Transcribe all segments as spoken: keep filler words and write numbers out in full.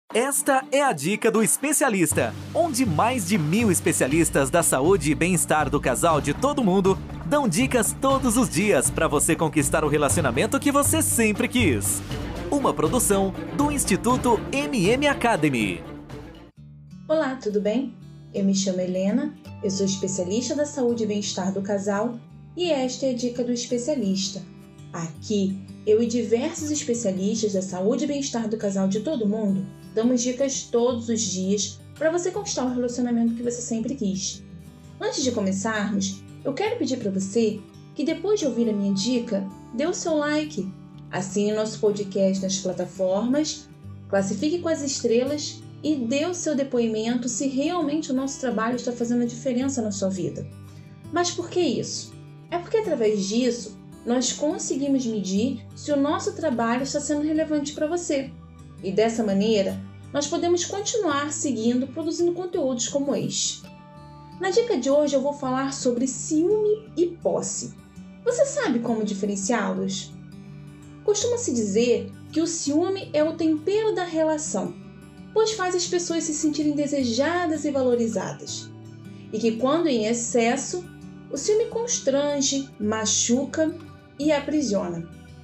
Esta é a dica do especialista, onde mais de mil especialistas da saúde e bem-estar do casal de todo mundo dão dicas todos os dias para você conquistar o relacionamento que você sempre quis. Uma produção do Instituto M M Academy. Olá, tudo bem? Eu me chamo Helena, eu sou especialista da saúde e bem-estar do casal e esta é a dica do especialista. Aqui, eu e diversos especialistas da saúde e bem-estar do casal de todo mundo damos dicas todos os dias para você conquistar o relacionamento que você sempre quis. Antes de começarmos, eu quero pedir para você que depois de ouvir a minha dica, dê o seu like, assine nosso podcast nas plataformas, classifique com as estrelas e dê o seu depoimento se realmente o nosso trabalho está fazendo a diferença na sua vida. Mas por que isso? É porque através disso, nós conseguimos medir se o nosso trabalho está sendo relevante para você. E dessa maneira, nós podemos continuar seguindo, produzindo conteúdos como este. Na dica de hoje eu vou falar sobre ciúme e posse. Você sabe como diferenciá-los? Costuma-se dizer que o ciúme é o tempero da relação, pois faz as pessoas se sentirem desejadas e valorizadas. E que quando em excesso, o ciúme constrange, machuca e aprisiona.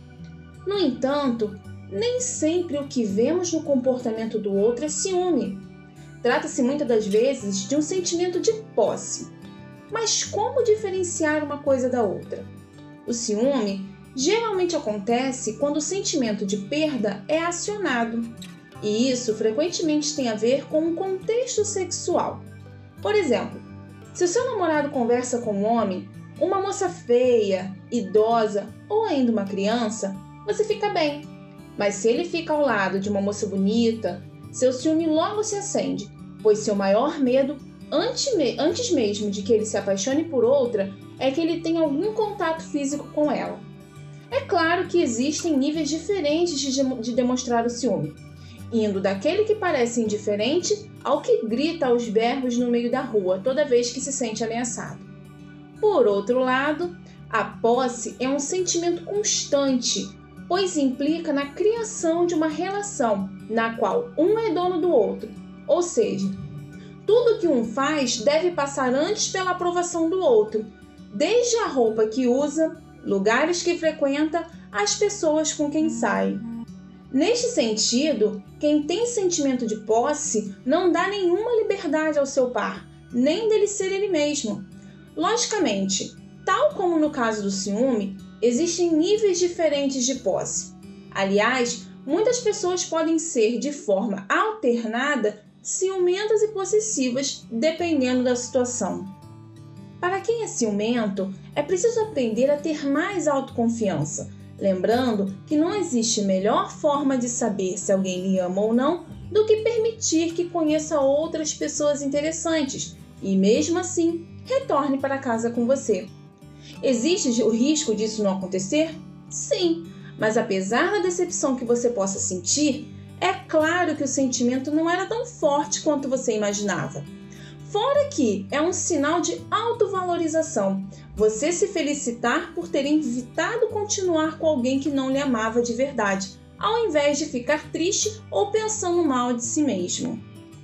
No entanto, nem sempre o que vemos no comportamento do outro é ciúme. Trata-se muitas das vezes de um sentimento de posse. Mas como diferenciar uma coisa da outra? O ciúme geralmente acontece quando o sentimento de perda é acionado. E isso frequentemente tem a ver com um contexto sexual. Por exemplo, se o seu namorado conversa com um homem, uma moça feia, idosa ou ainda uma criança, você fica bem. Mas se ele fica ao lado de uma moça bonita, seu ciúme logo se acende, pois seu maior medo, antes mesmo de que ele se apaixone por outra, é que ele tenha algum contato físico com ela. É claro que existem níveis diferentes de demonstrar o ciúme, indo daquele que parece indiferente ao que grita aos berros no meio da rua toda vez que se sente ameaçado. Por outro lado, a posse é um sentimento constante, pois implica na criação de uma relação na qual um é dono do outro, ou seja, tudo que um faz deve passar antes pela aprovação do outro, desde a roupa que usa, lugares que frequenta, às pessoas com quem sai. Neste sentido, quem tem sentimento de posse não dá nenhuma liberdade ao seu par, nem dele ser ele mesmo. Logicamente, tal como no caso do ciúme, existem níveis diferentes de posse. Aliás, muitas pessoas podem ser de forma alternada ciumentas e possessivas, dependendo da situação. Para quem é ciumento, é preciso aprender a ter mais autoconfiança, lembrando que não existe melhor forma de saber se alguém lhe ama ou não do que permitir que conheça outras pessoas interessantes e, mesmo assim, retorne para casa com você. Existe o risco disso não acontecer? Sim, mas apesar da decepção que você possa sentir, é claro que o sentimento não era tão forte quanto você imaginava. Fora que é um sinal de autovalorização, você se felicitar por ter evitado continuar com alguém que não lhe amava de verdade, ao invés de ficar triste ou pensando mal de si mesmo.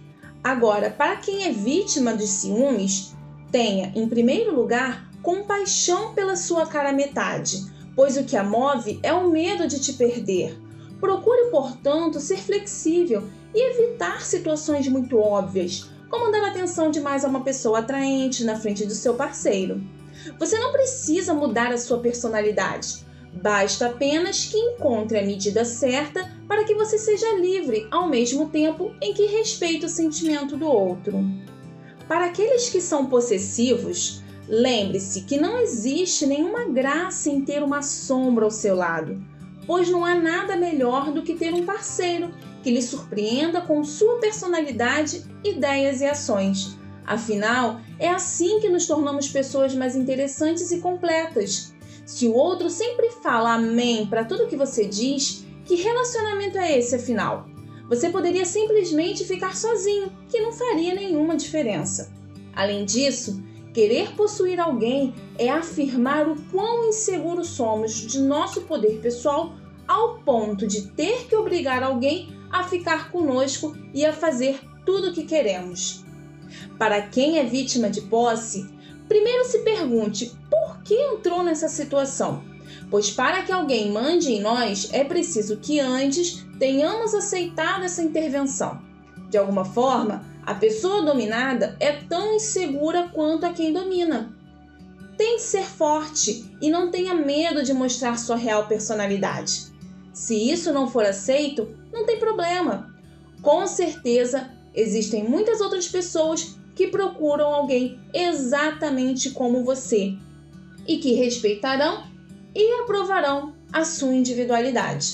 Agora, para quem é vítima de ciúmes, tenha, em primeiro lugar, compaixão pela sua cara metade, pois o que a move é o medo de te perder. Procure, portanto, ser flexível e evitar situações muito óbvias, como dar atenção demais a uma pessoa atraente na frente do seu parceiro. Você não precisa mudar a sua personalidade, basta apenas que encontre a medida certa para que você seja livre ao mesmo tempo em que respeite o sentimento do outro. Para aqueles que são possessivos, lembre-se que não existe nenhuma graça em ter uma sombra ao seu lado, pois não há nada melhor do que ter um parceiro que lhe surpreenda com sua personalidade, ideias e ações. Afinal, é assim que nos tornamos pessoas mais interessantes e completas. Se o outro sempre fala amém para tudo que você diz, que relacionamento é esse afinal? Você poderia simplesmente ficar sozinho, que não faria nenhuma diferença. Além disso, querer possuir alguém é afirmar o quão inseguros somos de nosso poder pessoal ao ponto de ter que obrigar alguém a ficar conosco e a fazer tudo o que queremos. Para quem é vítima de posse, primeiro se pergunte por que entrou nessa situação, pois para que alguém mande em nós é preciso que antes tenhamos aceitado essa intervenção. De alguma forma, a pessoa dominada é tão insegura quanto a quem domina. Tente ser forte e não tenha medo de mostrar sua real personalidade. Se isso não for aceito, não tem problema. Com certeza, existem muitas outras pessoas que procuram alguém exatamente como você e que respeitarão e aprovarão a sua individualidade.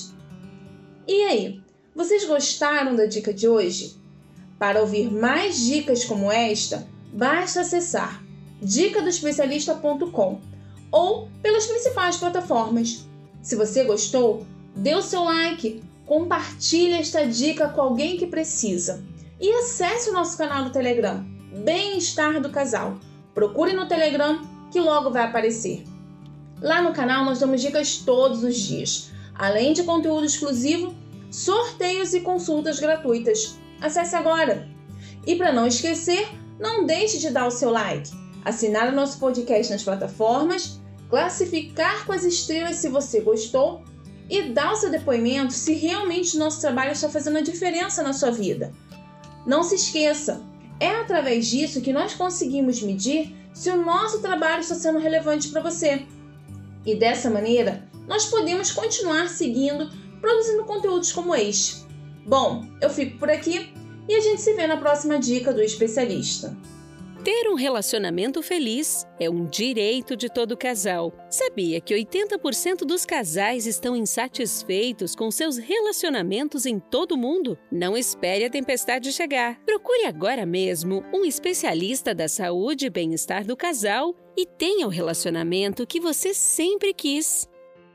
E aí, vocês gostaram da dica de hoje? Para ouvir mais dicas como esta, basta acessar dica do especialista ponto com ou pelas principais plataformas. Se você gostou, dê o seu like, compartilhe esta dica com alguém que precisa e acesse o nosso canal no Telegram, Bem-Estar do Casal. Procure no Telegram que logo vai aparecer. Lá no canal nós damos dicas todos os dias, além de conteúdo exclusivo, sorteios e consultas gratuitas. Acesse agora! E para não esquecer, não deixe de dar o seu like, assinar o nosso podcast nas plataformas, classificar com as estrelas se você gostou e dar o seu depoimento se realmente o nosso trabalho está fazendo a diferença na sua vida. Não se esqueça, é através disso que nós conseguimos medir se o nosso trabalho está sendo relevante para você. E dessa maneira, nós podemos continuar seguindo, produzindo conteúdos como este. Bom, eu fico por aqui e a gente se vê na próxima dica do especialista. Ter um relacionamento feliz é um direito de todo casal. Sabia que oitenta por cento dos casais estão insatisfeitos com seus relacionamentos em todo o mundo? Não espere a tempestade chegar. Procure agora mesmo um especialista da saúde e bem-estar do casal e tenha o relacionamento que você sempre quis.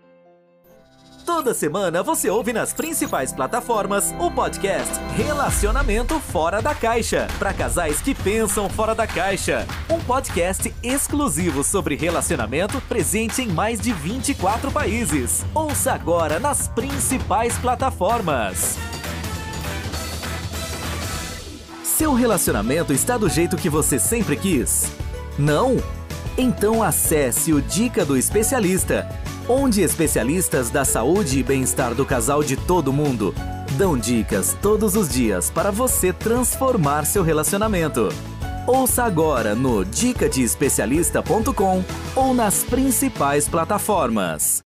Toda semana você ouve nas principais plataformas o podcast Relacionamento Fora da Caixa, para casais que pensam fora da caixa. Um podcast exclusivo sobre relacionamento presente em mais de vinte e quatro países. Ouça agora nas principais plataformas. Seu relacionamento está do jeito que você sempre quis? Não? Então acesse o Dica do Especialista, onde especialistas da saúde e bem-estar do casal de todo mundo dão dicas todos os dias para você transformar seu relacionamento. Ouça agora no dica de especialista ponto com ou nas principais plataformas.